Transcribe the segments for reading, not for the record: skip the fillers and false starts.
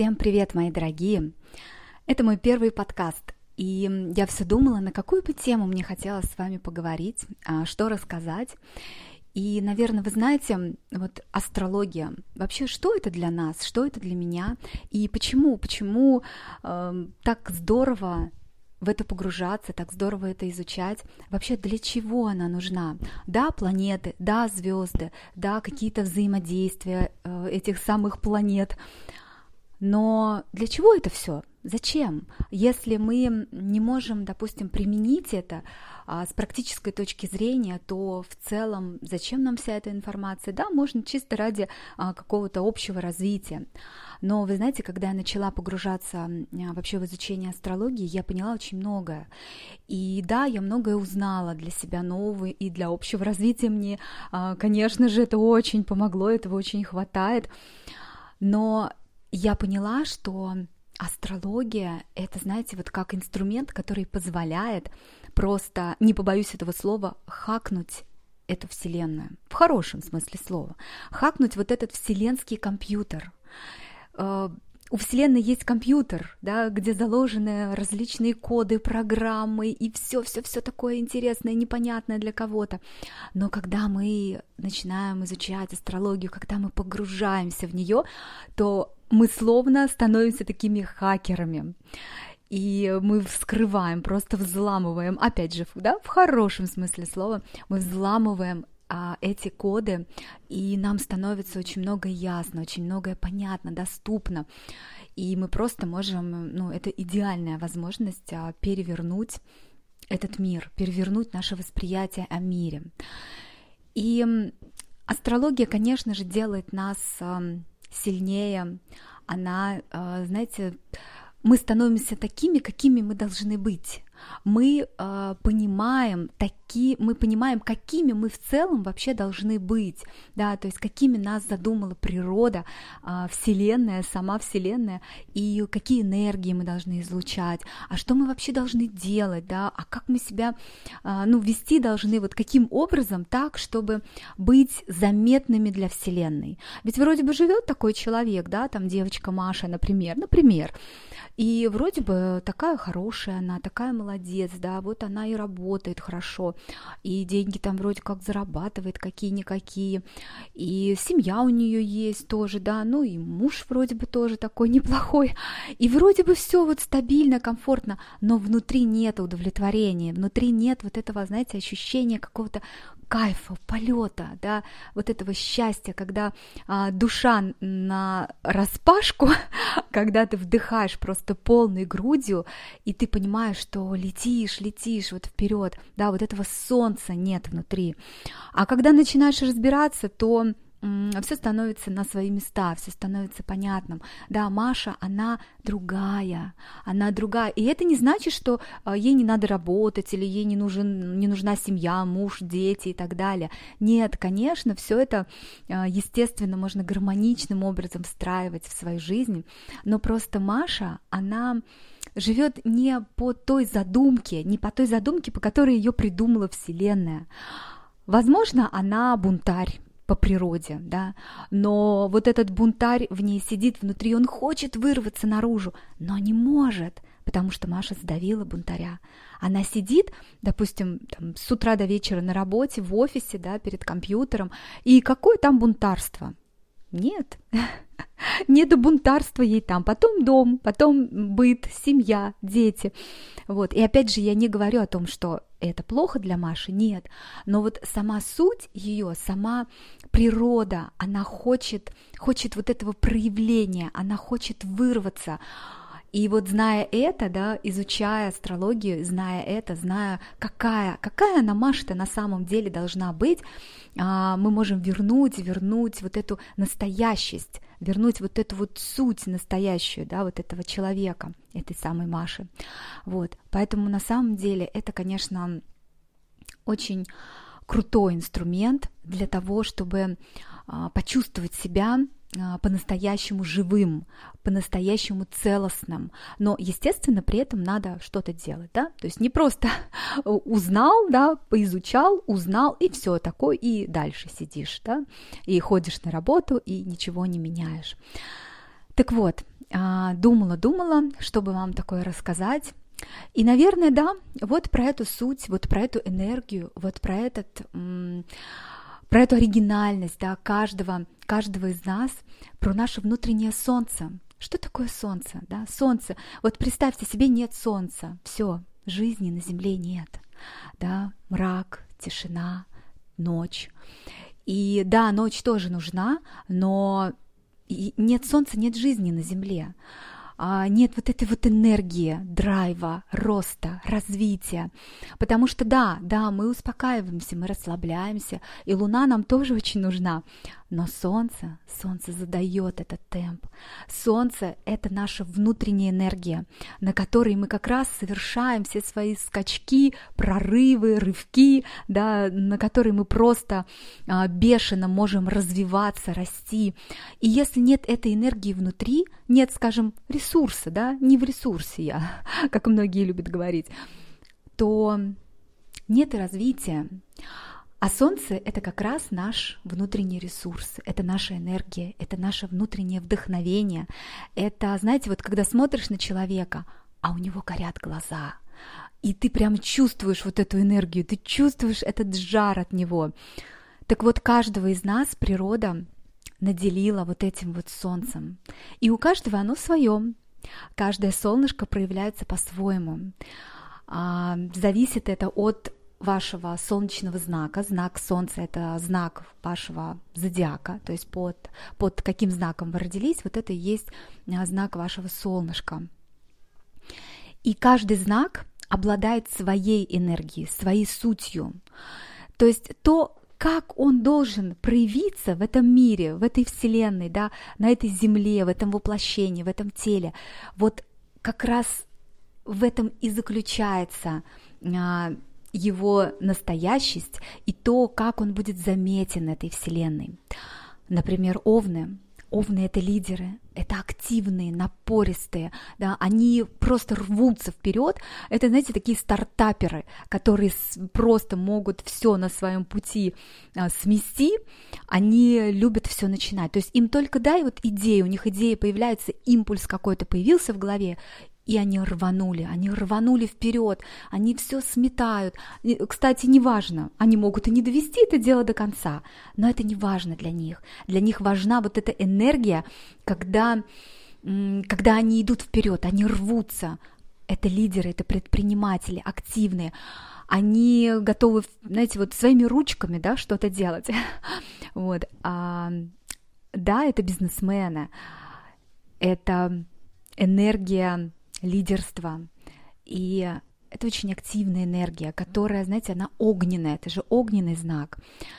Всем привет, мои дорогие! Это мой первый подкаст, и я все думала, на какую бы тему мне хотелось с вами поговорить, что рассказать. И, наверное, вы знаете, вот астрология, вообще, что это для нас, что это для меня, и почему так здорово в это погружаться, так здорово это изучать. Вообще, для чего она нужна? Да, планеты, да, звезды, да, какие-то взаимодействия этих самых планет. Но для чего это все? Зачем? Если мы не можем, допустим, применить это с практической точки зрения, то в целом зачем нам вся эта информация? Да, можно чисто ради какого-то общего развития. Но вы знаете, когда я начала погружаться вообще в изучение астрологии, я поняла очень многое. И да, я многое узнала для себя нового, и для общего развития мне, конечно же, это очень помогло, этого очень хватает. Но я поняла, что астрология — это, знаете, вот как инструмент, который позволяет просто, не побоюсь этого слова, хакнуть эту вселенную, в хорошем смысле слова, хакнуть вот этот вселенский компьютер. У Вселенной есть компьютер, да, где заложены различные коды, программы и все такое интересное, непонятное для кого-то. Но когда мы начинаем изучать астрологию, когда мы погружаемся в нее, то мы словно становимся такими хакерами. И мы вскрываем, просто взламываем, опять же, да, в хорошем смысле слова, мы взламываем эти коды, и нам становится очень многое ясно, очень многое понятно, доступно. И мы просто можем, это идеальная возможность перевернуть этот мир, перевернуть наше восприятие о мире. И астрология, конечно же, делает нас сильнее. Она, знаете, мы становимся такими, какими мы должны быть. Мы понимаем, какими мы в целом вообще должны быть, да, то есть какими нас задумала природа, Вселенная, сама Вселенная, и какие энергии мы должны излучать, а что мы вообще должны делать, да, а как мы себя, вести должны, вот каким образом так, чтобы быть заметными для Вселенной. Ведь вроде бы живет такой человек, да, там девочка Маша, например, и вроде бы такая хорошая она, такая молодец, да, вот она и работает хорошо, и деньги там вроде как зарабатывает какие-никакие, и семья у нее есть тоже, да, и муж вроде бы тоже такой неплохой, и вроде бы все вот стабильно, комфортно, но внутри нет удовлетворения, внутри нет вот этого, знаете, ощущения какого-то кайфа, полета, да, вот этого счастья, когда душа на распашку, когда ты вдыхаешь просто полной грудью, и ты понимаешь, что летишь вот вперед, да, вот этого солнца нет внутри. А когда начинаешь разбираться, то все становится на свои места, все становится понятным. Да, Маша, она другая, и это не значит, что ей не надо работать, или ей не нужна семья, муж, дети и так далее. Нет, конечно, все это, естественно, можно гармоничным образом встраивать в свою жизнь, но просто Маша, она живет не по той задумке, по которой ее придумала Вселенная. Возможно, она бунтарь по природе, да, но вот этот бунтарь в ней сидит внутри, он хочет вырваться наружу, но не может, потому что Маша сдавила бунтаря. Она сидит, допустим, там, с утра до вечера на работе, в офисе, да, перед компьютером, и какое там бунтарство? Нет, нету бунтарства ей там, потом дом, потом быт, семья, дети, вот, и опять же я не говорю о том, что это плохо для Маши, нет, но вот сама суть ее, сама природа, она хочет вот этого проявления, она хочет вырваться. И вот зная это, да, изучая астрологию, зная какая она, Маша-то, на самом деле должна быть, мы можем вернуть вот эту настоящесть, вернуть вот эту вот суть настоящую, да, вот этого человека, этой самой Маши. Вот, поэтому на самом деле это, конечно, очень крутой инструмент для того, чтобы почувствовать себя по-настоящему живым, по-настоящему целостным. Но, естественно, при этом надо что-то делать, да, то есть не просто узнал, да, поизучал, узнал, и все такое, и дальше сидишь, да, и ходишь на работу, и ничего не меняешь. Так вот, думала, чтобы вам такое рассказать. И, наверное, да, вот про эту суть, вот про эту энергию, вот про эту оригинальность, да, каждого из нас, про наше внутреннее солнце. Что такое солнце? Да? Солнце. Вот представьте себе, нет солнца, все, жизни на земле нет. Да? Мрак, тишина, ночь. И да, ночь тоже нужна, но нет солнца, нет жизни на земле. Нет вот этой вот энергии, драйва, роста, развития. Потому что да, мы успокаиваемся, мы расслабляемся, и Луна нам тоже очень нужна. Но Солнце задает этот темп. Солнце — это наша внутренняя энергия, на которой мы как раз совершаем все свои скачки, прорывы, рывки, да, на которой мы просто бешено можем развиваться, расти. И если нет этой энергии внутри, нет, скажем, ресурса, да, не в ресурсе я, как многие любят говорить, то нет и развития. А Солнце — это как раз наш внутренний ресурс, это наша энергия, это наше внутреннее вдохновение. Это, знаете, вот когда смотришь на человека, а у него горят глаза, и ты прям чувствуешь вот эту энергию, ты чувствуешь этот жар от него. Так вот, каждого из нас природа наделила вот этим вот солнцем. И у каждого оно свое. Каждое солнышко проявляется по-своему. Зависит это от вашего солнечного знака. Знак Солнца — это знак вашего зодиака, то есть под каким знаком вы родились, вот это и есть знак вашего солнышка. И каждый знак обладает своей энергией, своей сутью. То есть то, как он должен проявиться в этом мире, в этой вселенной, да, на этой земле, в этом воплощении, в этом теле, вот как раз в этом и заключается его настоящесть и то, как он будет заметен этой вселенной. Например, овны. Овны — это лидеры, это активные, напористые, да, они просто рвутся вперед. Это, знаете, такие стартаперы, которые просто могут все на своем пути смести. Они любят все начинать. То есть им только дай вот идею, у них идея появляется, импульс какой-то появился в голове, и они рванули вперед, они все сметают. Кстати, неважно, они могут и не довести это дело до конца, но это не важно для них. Для них важна вот эта энергия, когда они идут вперед, они рвутся. Это лидеры, это предприниматели, активные. Они готовы, знаете, вот своими ручками, да, что-то делать. Вот. Да, это бизнесмены, это энергия лидерства, и это очень активная энергия, которая, знаете, она огненная, это же огненный знак.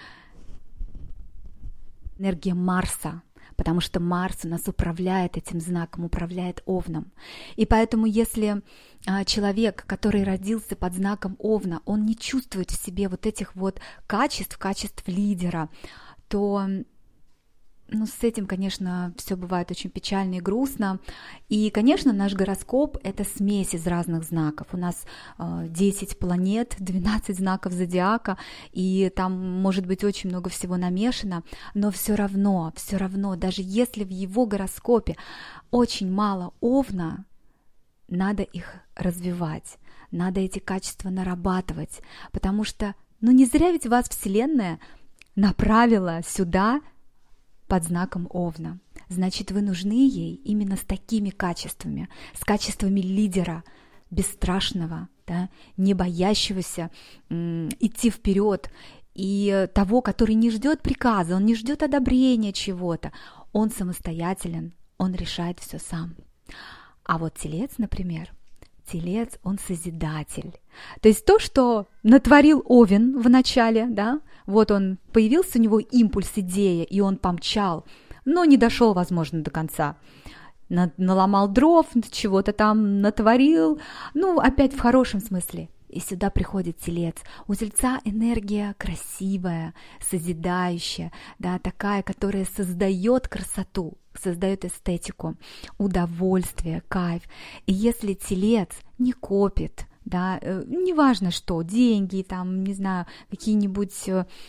Энергия Марса, потому что Марс у нас управляет этим знаком, управляет Овном. И поэтому, если человек, который родился под знаком Овна, он не чувствует в себе вот этих вот качеств лидера, то с этим, конечно, все бывает очень печально и грустно. И, конечно, наш гороскоп — это смесь из разных знаков. У нас 10 планет, 12 знаков зодиака, и там может быть очень много всего намешано, но все равно, даже если в его гороскопе очень мало Овна, надо их развивать, надо эти качества нарабатывать, потому что, не зря ведь вас Вселенная направила сюда, под знаком Овна. Значит, вы нужны ей именно с такими качествами, с качествами лидера, бесстрашного, да, не боящегося идти вперед, и того, который не ждет приказа, он не ждет одобрения чего-то, он самостоятелен, он решает все сам. А вот Телец, например, Телец, он созидатель. То есть то, что натворил Овен в начале, да, вот он, появился у него импульс, идея, и он помчал, но не дошел, возможно, до конца. Наломал дров, чего-то там натворил, опять в хорошем смысле. И сюда приходит Телец. У Тельца энергия красивая, созидающая, да, такая, которая создает красоту, создает эстетику, удовольствие, кайф. И если Телец не копит, да, неважно что, деньги, там, не знаю, какие-нибудь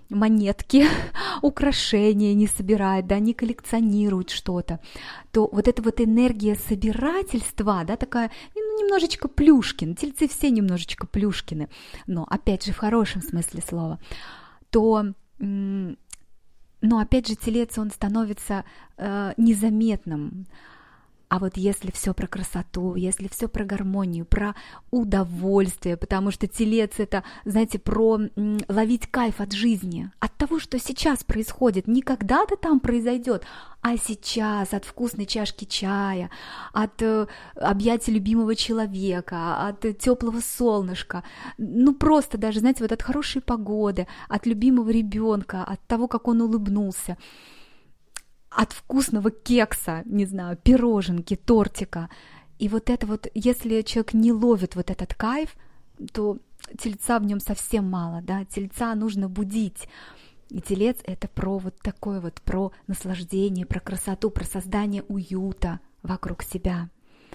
монетки, украшения не собирает, да, не коллекционирует что-то, то вот эта вот энергия собирательства, да, такая, ну, немножечко Плюшкин, тельцы все немножечко Плюшкины, но опять же в хорошем смысле слова, то, но опять же телец, он становится незаметным. А вот если все про красоту, если все про гармонию, про удовольствие, потому что телец это, знаете, про ловить кайф от жизни, от того, что сейчас происходит, не когда-то там произойдет, а сейчас, от вкусной чашки чая, от объятия любимого человека, от теплого солнышка, ну просто даже, знаете, вот от хорошей погоды, от любимого ребенка, от того, как он улыбнулся, от вкусного кекса, не знаю, пироженки, тортика. И вот это вот, если человек не ловит вот этот кайф, то тельца в нем совсем мало, да, тельца нужно будить. И телец это про вот такое вот, про наслаждение, про красоту, про создание уюта вокруг себя.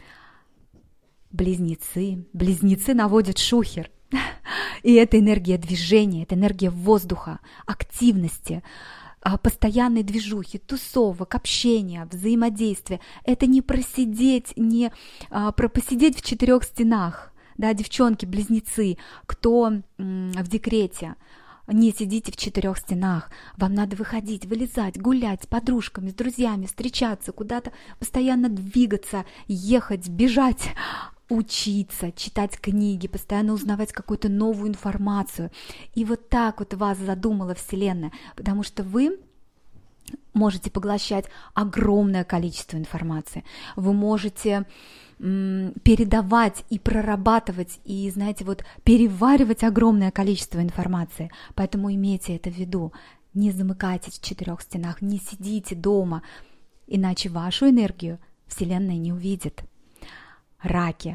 Близнецы наводят шухер. И это энергия движения, это энергия воздуха, активности, постоянной движухи, тусовок, общения, взаимодействия. Это не просидеть, не про посидеть в 4 стенах, да, девчонки, близнецы, кто в декрете, не сидите в 4 стенах, вам надо выходить, вылезать, гулять с подружками, с друзьями, встречаться, куда-то постоянно двигаться, ехать, бежать, учиться, читать книги, постоянно узнавать какую-то новую информацию. И вот так вот вас задумала Вселенная, потому что вы можете поглощать огромное количество информации, вы можете передавать и прорабатывать, и, знаете, вот переваривать огромное количество информации. Поэтому имейте это в виду. Не замыкайтесь в 4 стенах, не сидите дома, иначе вашу энергию Вселенная не увидит. Раки,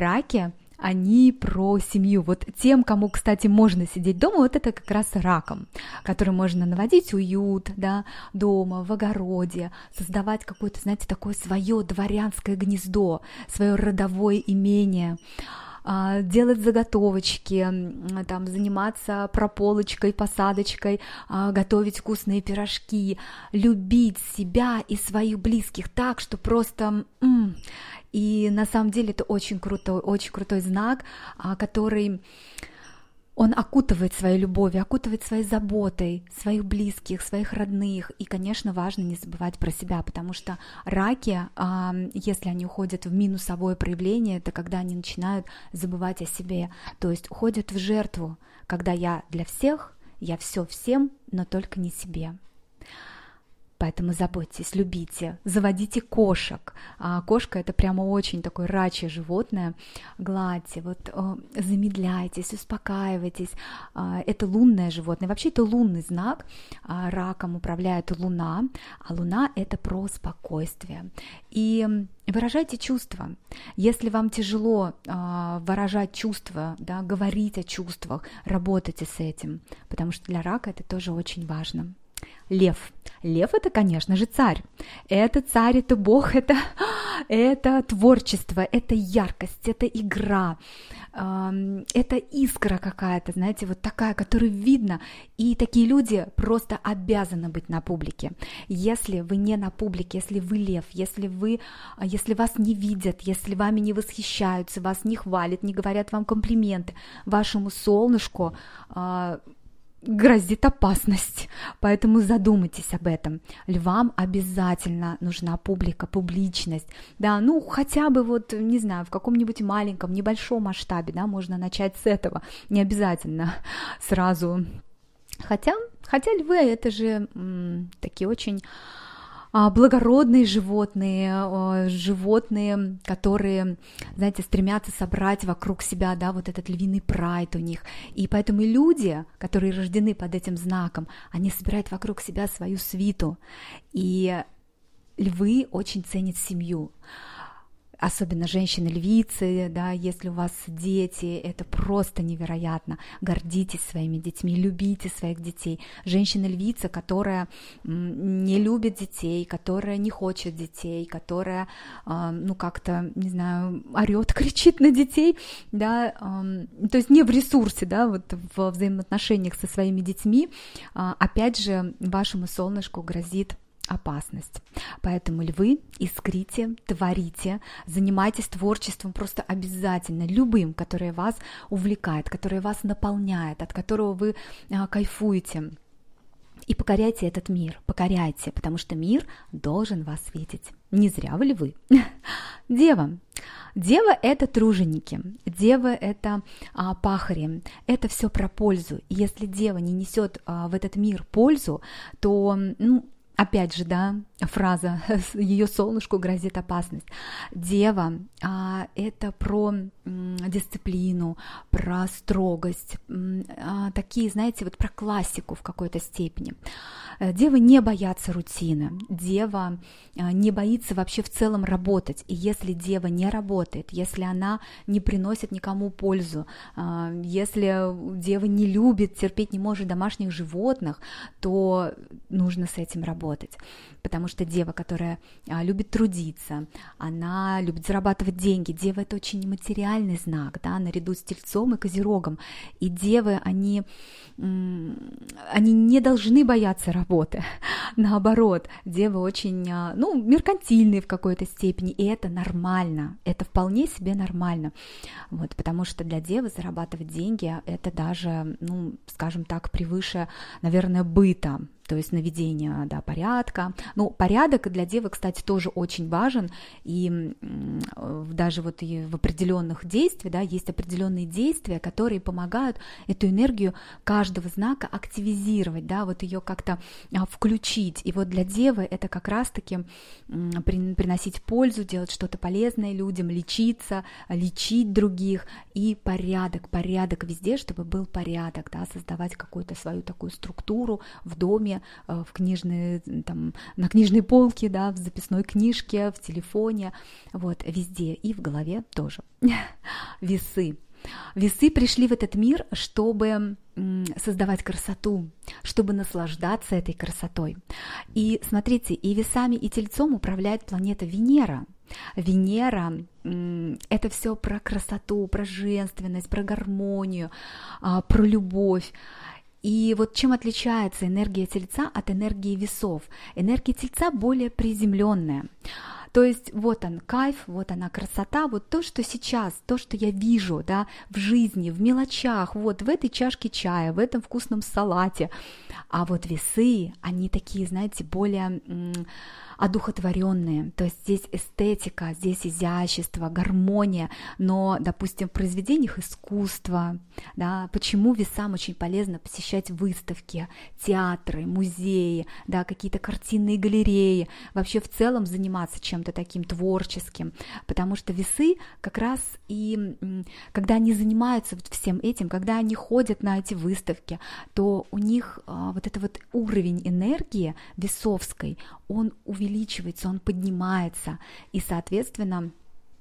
они про семью. Вот тем, кому, кстати, можно сидеть дома, вот это как раз раком, которым можно наводить уют, да, дома, в огороде, создавать какое-то, знаете, такое свое дворянское гнездо, свое родовое имение, делать заготовочки, там, заниматься прополочкой, посадочкой, готовить вкусные пирожки, любить себя и своих близких так, что просто... И на самом деле это очень крутой знак, который он окутывает своей любовью, окутывает своей заботой своих близких, своих родных. И, конечно, важно не забывать про себя, потому что раки, если они уходят в минусовое проявление, это когда они начинают забывать о себе, то есть уходят в жертву, когда я для всех, я все всем, но только не себе. Поэтому заботьтесь, любите, заводите кошек. Кошка — это прямо очень такое рачье животное. Гладьте, вот, замедляйтесь, успокаивайтесь. Это лунное животное. Вообще это лунный знак. Раком управляет Луна, а Луна — это про спокойствие. И выражайте чувства. Если вам тяжело выражать чувства, да, говорить о чувствах, работайте с этим, потому что для рака это тоже очень важно. Лев. Лев — это, конечно же, царь. Это царь, это бог, это творчество, это яркость, это игра, это искра какая-то, знаете, вот такая, которую видно. И такие люди просто обязаны быть на публике. Если вы не на публике, если вы лев, если вас не видят, если вами не восхищаются, вас не хвалят, не говорят вам комплименты, вашему солнышку грозит опасность, поэтому задумайтесь об этом. Львам обязательно нужна публика, публичность, да, ну хотя бы вот, не знаю, в каком-нибудь маленьком, небольшом масштабе, да, можно начать с этого, не обязательно сразу. Хотя львы это же такие очень благородные животные, которые, знаете, стремятся собрать вокруг себя, да, вот этот львиный прайд у них. И поэтому люди, которые рождены под этим знаком, они собирают вокруг себя свою свиту. И львы очень ценят семью. особенно женщины-львицы, да, если у вас дети, это просто невероятно. Гордитесь своими детьми, любите своих детей. Женщина-львица, которая не любит детей, которая не хочет детей, которая, как-то, не знаю, орет, кричит на детей, да, то есть не в ресурсе, да, вот в взаимоотношениях со своими детьми, опять же, вашему солнышку грозит опасность. Поэтому, львы, искрите, творите, занимайтесь творчеством просто обязательно, любым, которое вас увлекает, которое вас наполняет, от которого вы кайфуете. И покоряйте этот мир, покоряйте, потому что мир должен вас видеть. Не зря вы львы. Дева. Дева – это труженики, дева – это пахари, это все про пользу. И если дева не несет в этот мир пользу, то, опять же, да, фраза «ее солнышку грозит опасность». Дева это про дисциплину, про строгость, такие, знаете, вот про классику в какой-то степени. Девы не боятся рутины, дева не боится вообще в целом работать. И если дева не работает, если она не приносит никому пользу, если дева не любит, терпеть не может домашних животных, то нужно с этим работать. Потому что дева, которая любит трудиться, она любит зарабатывать деньги. Дева – это очень материальный знак, да, наряду с Тельцом и Козерогом. И девы, они не должны бояться работы. Наоборот, девы очень, меркантильные в какой-то степени, и это нормально, это вполне себе нормально. Вот, потому что для девы зарабатывать деньги – это даже, скажем так, превыше, наверное, быта. То есть наведение, да, порядка. Порядок для девы, кстати, тоже очень важен, и даже вот и в определенных действиях, да, есть определенные действия, которые помогают эту энергию каждого знака активизировать, да, вот ее как-то включить. И вот для девы это как раз-таки приносить пользу, делать что-то полезное людям, лечиться, лечить других, и порядок везде, чтобы был порядок, да, создавать какую-то свою такую структуру в доме, на книжной полке, да, в записной книжке, в телефоне, вот, везде, и в голове тоже. Весы. Весы пришли в этот мир, чтобы создавать красоту, чтобы наслаждаться этой красотой. И смотрите, и весами, и тельцом управляет планета Венера. Венера – это все про красоту, про женственность, про гармонию, про любовь. И вот чем отличается энергия Тельца от энергии весов? Энергия Тельца более приземленная. То есть вот он кайф, вот она красота, вот то, что сейчас, то, что я вижу, да, в жизни, в мелочах, вот в этой чашке чая, в этом вкусном салате. А вот весы, они такие, знаете, более одухотворенные, то есть здесь эстетика, здесь изящество, гармония, но, допустим, в произведениях искусства, да, почему весам очень полезно посещать выставки, театры, музеи, да, какие-то картинные галереи, вообще в целом заниматься чем-то таким творческим, потому что весы как раз и, когда они занимаются вот всем этим, когда они ходят на эти выставки, то у них вот этот вот уровень энергии весовской, он увеличивается, он поднимается, и, соответственно,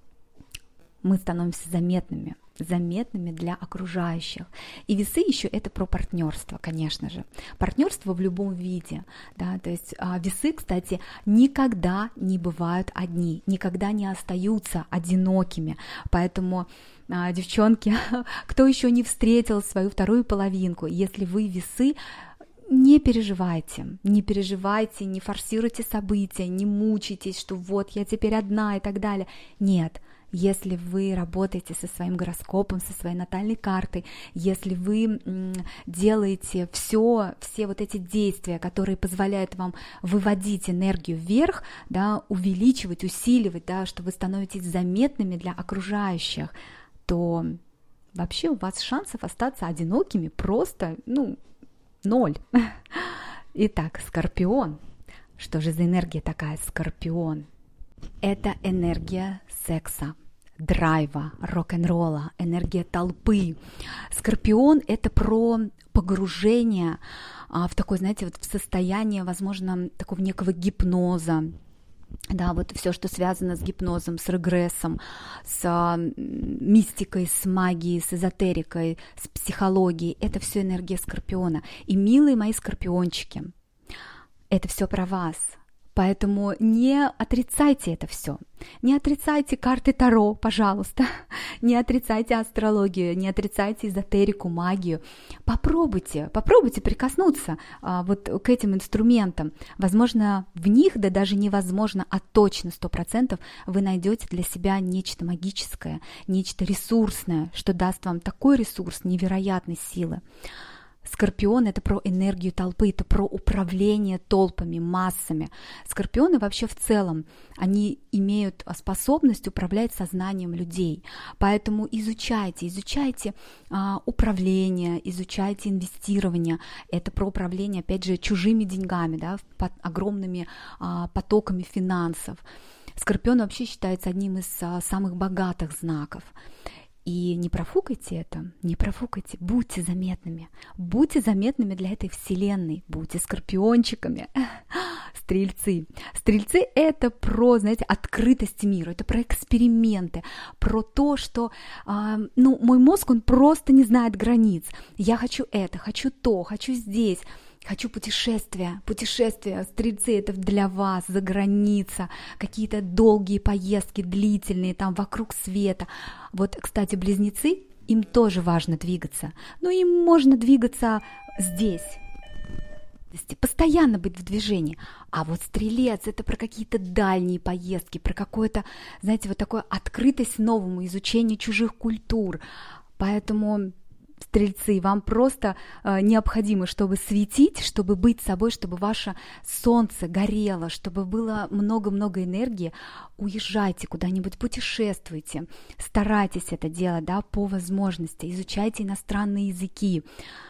мы становимся заметными для окружающих. И весы еще это про партнерство, конечно же. Партнерство в любом виде, да, то есть весы, кстати, никогда не бывают одни, никогда не остаются одинокими, поэтому девчонки, кто еще не встретил свою вторую половинку, если вы весы, не переживайте, не форсируйте события, не мучайтесь, что вот я теперь одна и так далее. Нет, если вы работаете со своим гороскопом, со своей натальной картой, если вы делаете все вот эти действия, которые позволяют вам выводить энергию вверх, да, увеличивать, усиливать, да, что вы становитесь заметными для окружающих, то вообще у вас шансов остаться одинокими просто, 0. Итак, Скорпион. Что же за энергия такая, Скорпион? Это энергия секса, драйва, рок-н-ролла, энергия толпы. Скорпион – это про погружение в такое, знаете, вот в состояние, возможно, такого некого гипноза, Да, вот все, что связано с гипнозом, с регрессом, с мистикой, с магией, с эзотерикой, с психологией, это все энергия Скорпиона. И, милые мои скорпиончики, это все про вас. Поэтому не отрицайте это все. Не отрицайте карты Таро, пожалуйста. Не отрицайте астрологию, не отрицайте эзотерику, магию. Попробуйте прикоснуться вот к этим инструментам. Возможно, в них, да даже невозможно, а точно 100% вы найдете для себя нечто магическое, нечто ресурсное, что даст вам такой ресурс невероятной силы. Скорпион — это про энергию толпы, это про управление толпами, массами. Скорпионы вообще в целом, они имеют способность управлять сознанием людей. Поэтому изучайте управление, изучайте инвестирование. Это про управление, опять же, чужими деньгами, да, под огромными потоками финансов. Скорпион вообще считается одним из самых богатых знаков. И не профукайте это, не профукайте, будьте заметными для этой вселенной, будьте скорпиончиками. Стрельцы. Стрельцы — это про, знаете, открытость миру, это про эксперименты, про то, что, мой мозг, он просто не знает границ. Я хочу это, хочу то, хочу здесь. Хочу путешествия. Стрельцы — это для вас, за граница, какие-то долгие поездки, длительные, там, вокруг света. Вот, кстати, близнецы, им тоже важно двигаться, но им можно двигаться здесь, постоянно быть в движении. А вот стрелец — это про какие-то дальние поездки, про какое-то, знаете, вот такое открытость новому, изучение чужих культур. Поэтому... Стрельцы, вам просто необходимо, чтобы светить, чтобы быть собой, чтобы ваше солнце горело, чтобы было много-много энергии. Уезжайте куда-нибудь, путешествуйте, старайтесь это делать, да, по возможности, изучайте иностранные языки,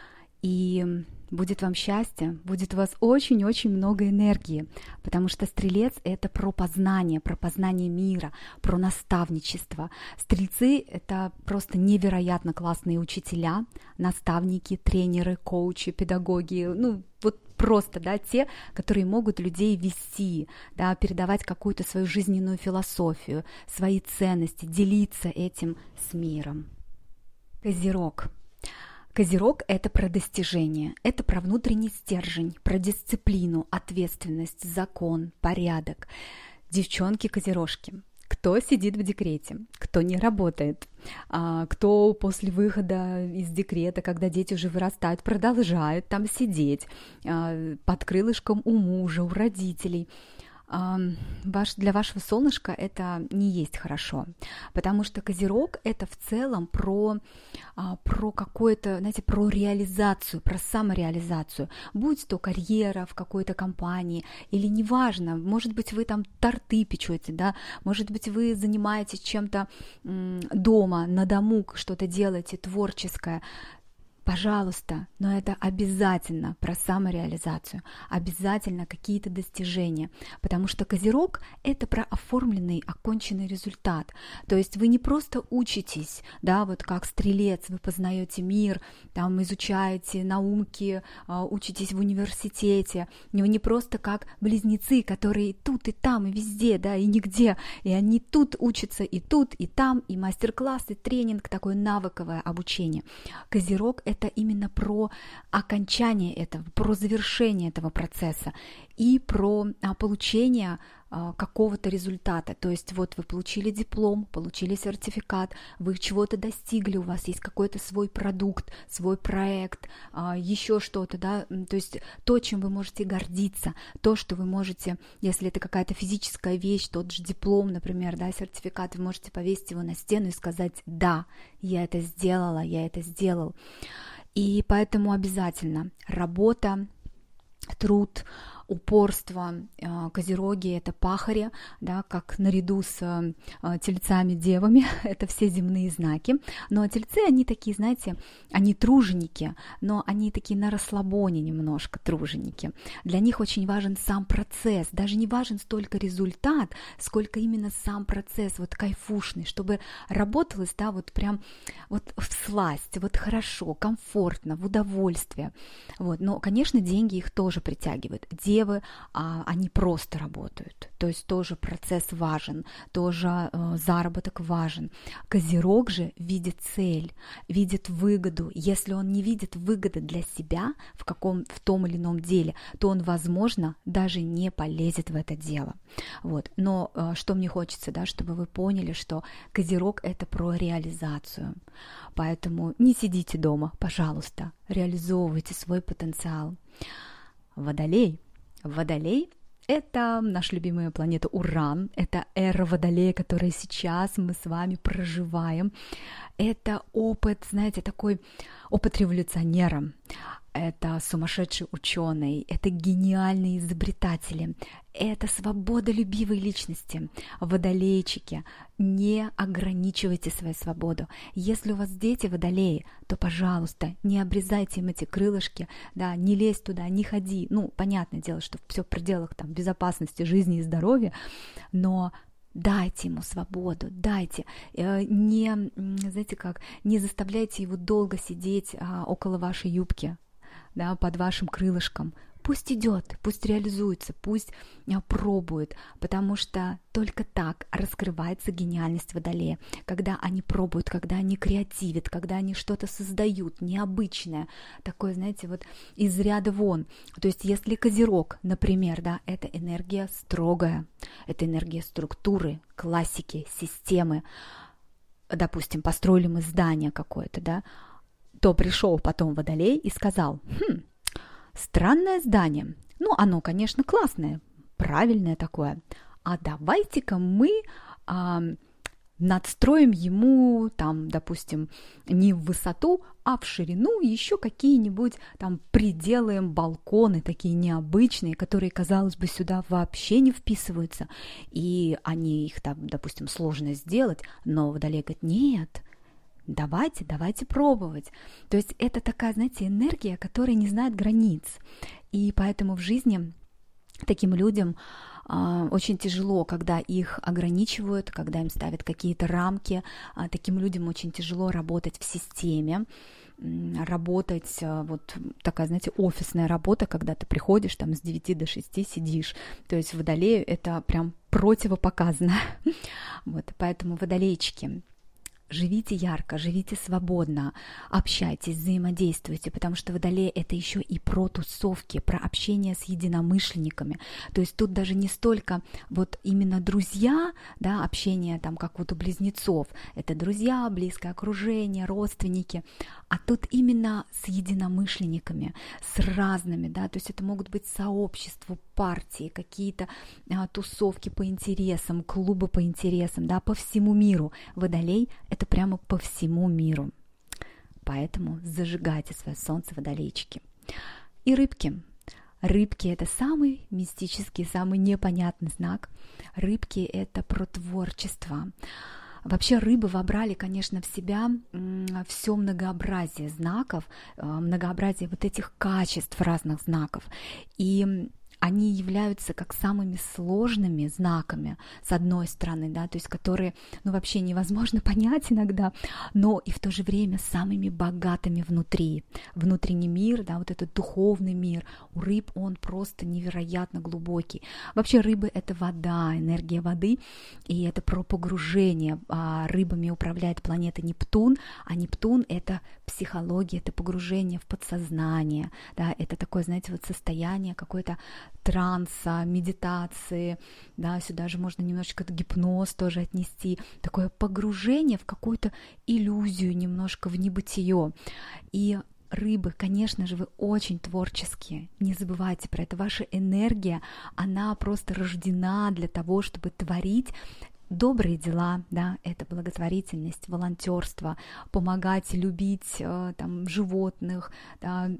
и будет вам счастье, будет у вас очень-очень много энергии, потому что стрелец — это про познание мира, про наставничество. Стрельцы — это просто невероятно классные учителя, наставники, тренеры, коучи, педагоги, вот просто, да, те, которые могут людей вести, да, передавать какую-то свою жизненную философию, свои ценности, делиться этим с миром. Козерог. Козерог — это про достижение, это про внутренний стержень, про дисциплину, ответственность, закон, порядок. Девчонки-козерожки, кто сидит в декрете, кто не работает, кто после выхода из декрета, когда дети уже вырастают, продолжает там сидеть под крылышком у мужа, у родителей. Для вашего солнышка это не есть хорошо, потому что Козерог — это в целом про какое-то, знаете, про реализацию, про самореализацию, будь то карьера в какой-то компании или неважно, может быть, вы там торты печете, да, может быть, вы занимаетесь чем-то дома, на дому что-то делаете творческое. Пожалуйста, но это обязательно про самореализацию, обязательно какие-то достижения, потому что Козерог — это про оформленный, оконченный результат. То есть вы не просто учитесь, да, вот как стрелец, вы познаете мир, там изучаете науки, учитесь в университете, вы не просто как близнецы, которые тут и там, и везде, да, и нигде, и они тут учатся, и тут, и там, и мастер-класс, и тренинг, такое навыковое обучение. Козерог — это именно про окончание этого, про завершение этого процесса и про получение какого-то результата. То есть вот вы получили диплом, получили сертификат, вы чего-то достигли, у вас есть какой-то свой продукт, свой проект, еще что-то, да, то есть то, чем вы можете гордиться, то, что вы можете, если это какая-то физическая вещь, тот же диплом, например, да, сертификат, вы можете повесить его на стену и сказать: да, я это сделала, я это сделал. И поэтому обязательно работа, труд, упорство. Козероги — это пахари, да, как наряду с тельцами-девами, это все земные знаки. Но тельцы, они такие, знаете, они труженики, но они такие на расслабоне немножко труженики. Для них очень важен сам процесс, даже не важен столько результат, сколько именно сам процесс, вот кайфушный, чтобы работалось, да, вот прям вот всласть, вот хорошо, комфортно, в удовольствие. Вот. Но, конечно, деньги их тоже притягивают. Девы, они просто работают, то есть тоже процесс важен, тоже заработок важен. Козерог же видит цель, видит выгоду. Если он не видит выгоды для себя в том или ином деле, то он, возможно, даже не полезет в это дело. Вот. Но что мне хочется, да, чтобы вы поняли, что Козерог — это про реализацию. Поэтому не сидите дома, пожалуйста, реализовывайте свой потенциал. Водолей. Водолей — это наша любимая планета Уран, это эра Водолея, которую сейчас мы с вами проживаем. Это опыт, знаете, такой опыт революционера. Это сумасшедший ученый, это гениальные изобретатели, это свободолюбивые личности, водолейчики. Не ограничивайте свою свободу. Если у вас дети водолеи, то, пожалуйста, не обрезайте им эти крылышки, да, не лезь туда, не ходи. Ну, понятное дело, что все в пределах там безопасности, жизни и здоровья, но дайте ему свободу, дайте, не, знаете как, не заставляйте его долго сидеть около вашей юбки, да, под вашим крылышком. Пусть идет, пусть реализуется, пусть пробует, потому что только так раскрывается гениальность Водолея, когда они пробуют, когда они креативят, когда они что-то создают необычное, такое, знаете, вот из ряда вон. То есть если Козерог, например, да, это энергия строгая, это энергия структуры, классики, системы, допустим, построили мы здание какое-то, да, то пришел потом Водолей и сказал: странное здание, ну, оно, конечно, классное, правильное такое, а давайте-ка мы надстроим ему, там, допустим, не в высоту, а в ширину еще какие-нибудь там приделаем балконы, такие необычные, которые, казалось бы, сюда вообще не вписываются, и они их там, допустим, сложно сделать, но Водолей говорит: нет, давайте пробовать. То есть это такая, знаете, энергия, которая не знает границ. И поэтому в жизни таким людям очень тяжело, когда их ограничивают, когда им ставят какие-то рамки. Таким людям очень тяжело работать в системе, работать, вот такая, знаете, офисная работа, когда ты приходишь там с 9 до 6 сидишь. То есть Водолею это прям противопоказано. Вот, поэтому, водолейчики, живите ярко, живите свободно, общайтесь, взаимодействуйте, потому что Водолей — это еще и про тусовки, про общение с единомышленниками. То есть тут даже не столько вот именно друзья, да, общение там как вот у близнецов, это друзья, близкое окружение, родственники, а тут именно с единомышленниками, с разными, да, то есть это могут быть сообщества, партии, какие-то тусовки по интересам, клубы по интересам, да, по всему миру. Водолей — это прямо по всему миру. Поэтому зажигайте свое солнце, водолейчики. И рыбки. Рыбки — это самый мистический, самый непонятный знак. Рыбки — это про творчество. Вообще рыбы вобрали, конечно, в себя все многообразие знаков, многообразие вот этих качеств разных знаков. И они являются как самыми сложными знаками, с одной стороны, да, то есть которые, ну, вообще невозможно понять иногда, но и в то же время самыми богатыми внутри. Внутренний мир, да, вот этот духовный мир, у рыб он просто невероятно глубокий. Вообще рыбы — это вода, энергия воды, и это про погружение. Рыбами управляет планета Нептун, а Нептун — это психология, это погружение в подсознание, да, это такое, знаете, вот состояние какое-то транса, медитации, да, сюда же можно немножечко гипноз тоже отнести, такое погружение в какую-то иллюзию, немножко в небытие. И рыбы, конечно же, вы очень творческие, не забывайте про это, ваша энергия, она просто рождена для того, чтобы творить добрые дела, да, это благотворительность, волонтерство, помогать, любить там животных, да,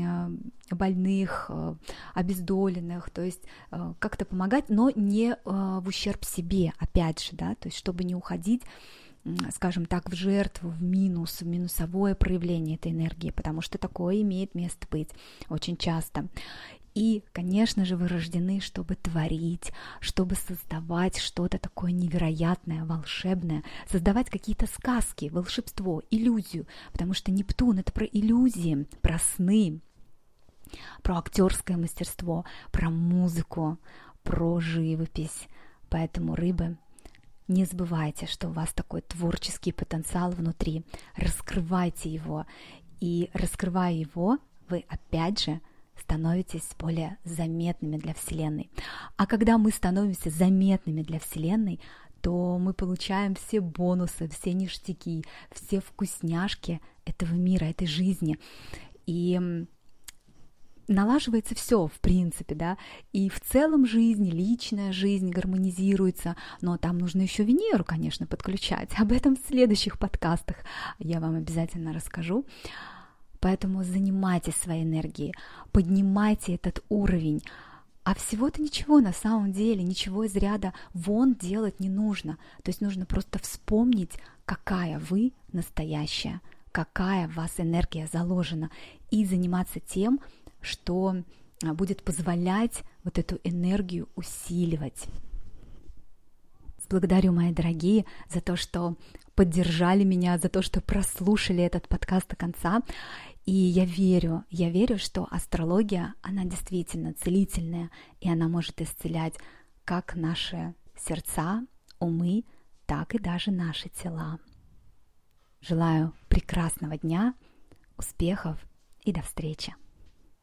больных, обездоленных, то есть как-то помогать, но не в ущерб себе, опять же, да, то есть чтобы не уходить, скажем так, в жертву, в минус, в минусовое проявление этой энергии, потому что такое имеет место быть очень часто. И, конечно же, вы рождены, чтобы творить, чтобы создавать что-то такое невероятное, волшебное, создавать какие-то сказки, волшебство, иллюзию, потому что Нептун — это про иллюзии, про сны. про актерское мастерство, про музыку, про живопись. Поэтому, рыбы, не забывайте, что у вас такой творческий потенциал внутри. Раскрывайте его. И раскрывая его, вы опять же становитесь более заметными для Вселенной. А когда мы становимся заметными для Вселенной, то мы получаем все бонусы, все ништяки, все вкусняшки этого мира, этой жизни. И налаживается все, в принципе, да, и в целом жизнь, личная жизнь гармонизируется, но там нужно еще Венеру, конечно, подключать. Об этом в следующих подкастах я вам обязательно расскажу. Поэтому занимайтесь своей энергией, поднимайте этот уровень. А всего-то ничего на самом деле, ничего из ряда вон делать не нужно. То есть нужно просто вспомнить, какая вы настоящая, какая в вас энергия заложена, и заниматься тем, что будет позволять вот эту энергию усиливать. Благодарю, мои дорогие, за то, что поддержали меня, за то, что прослушали этот подкаст до конца. И я верю, что астрология, она действительно целительная, и она может исцелять как наши сердца, умы, так и даже наши тела. Желаю прекрасного дня, успехов и до встречи!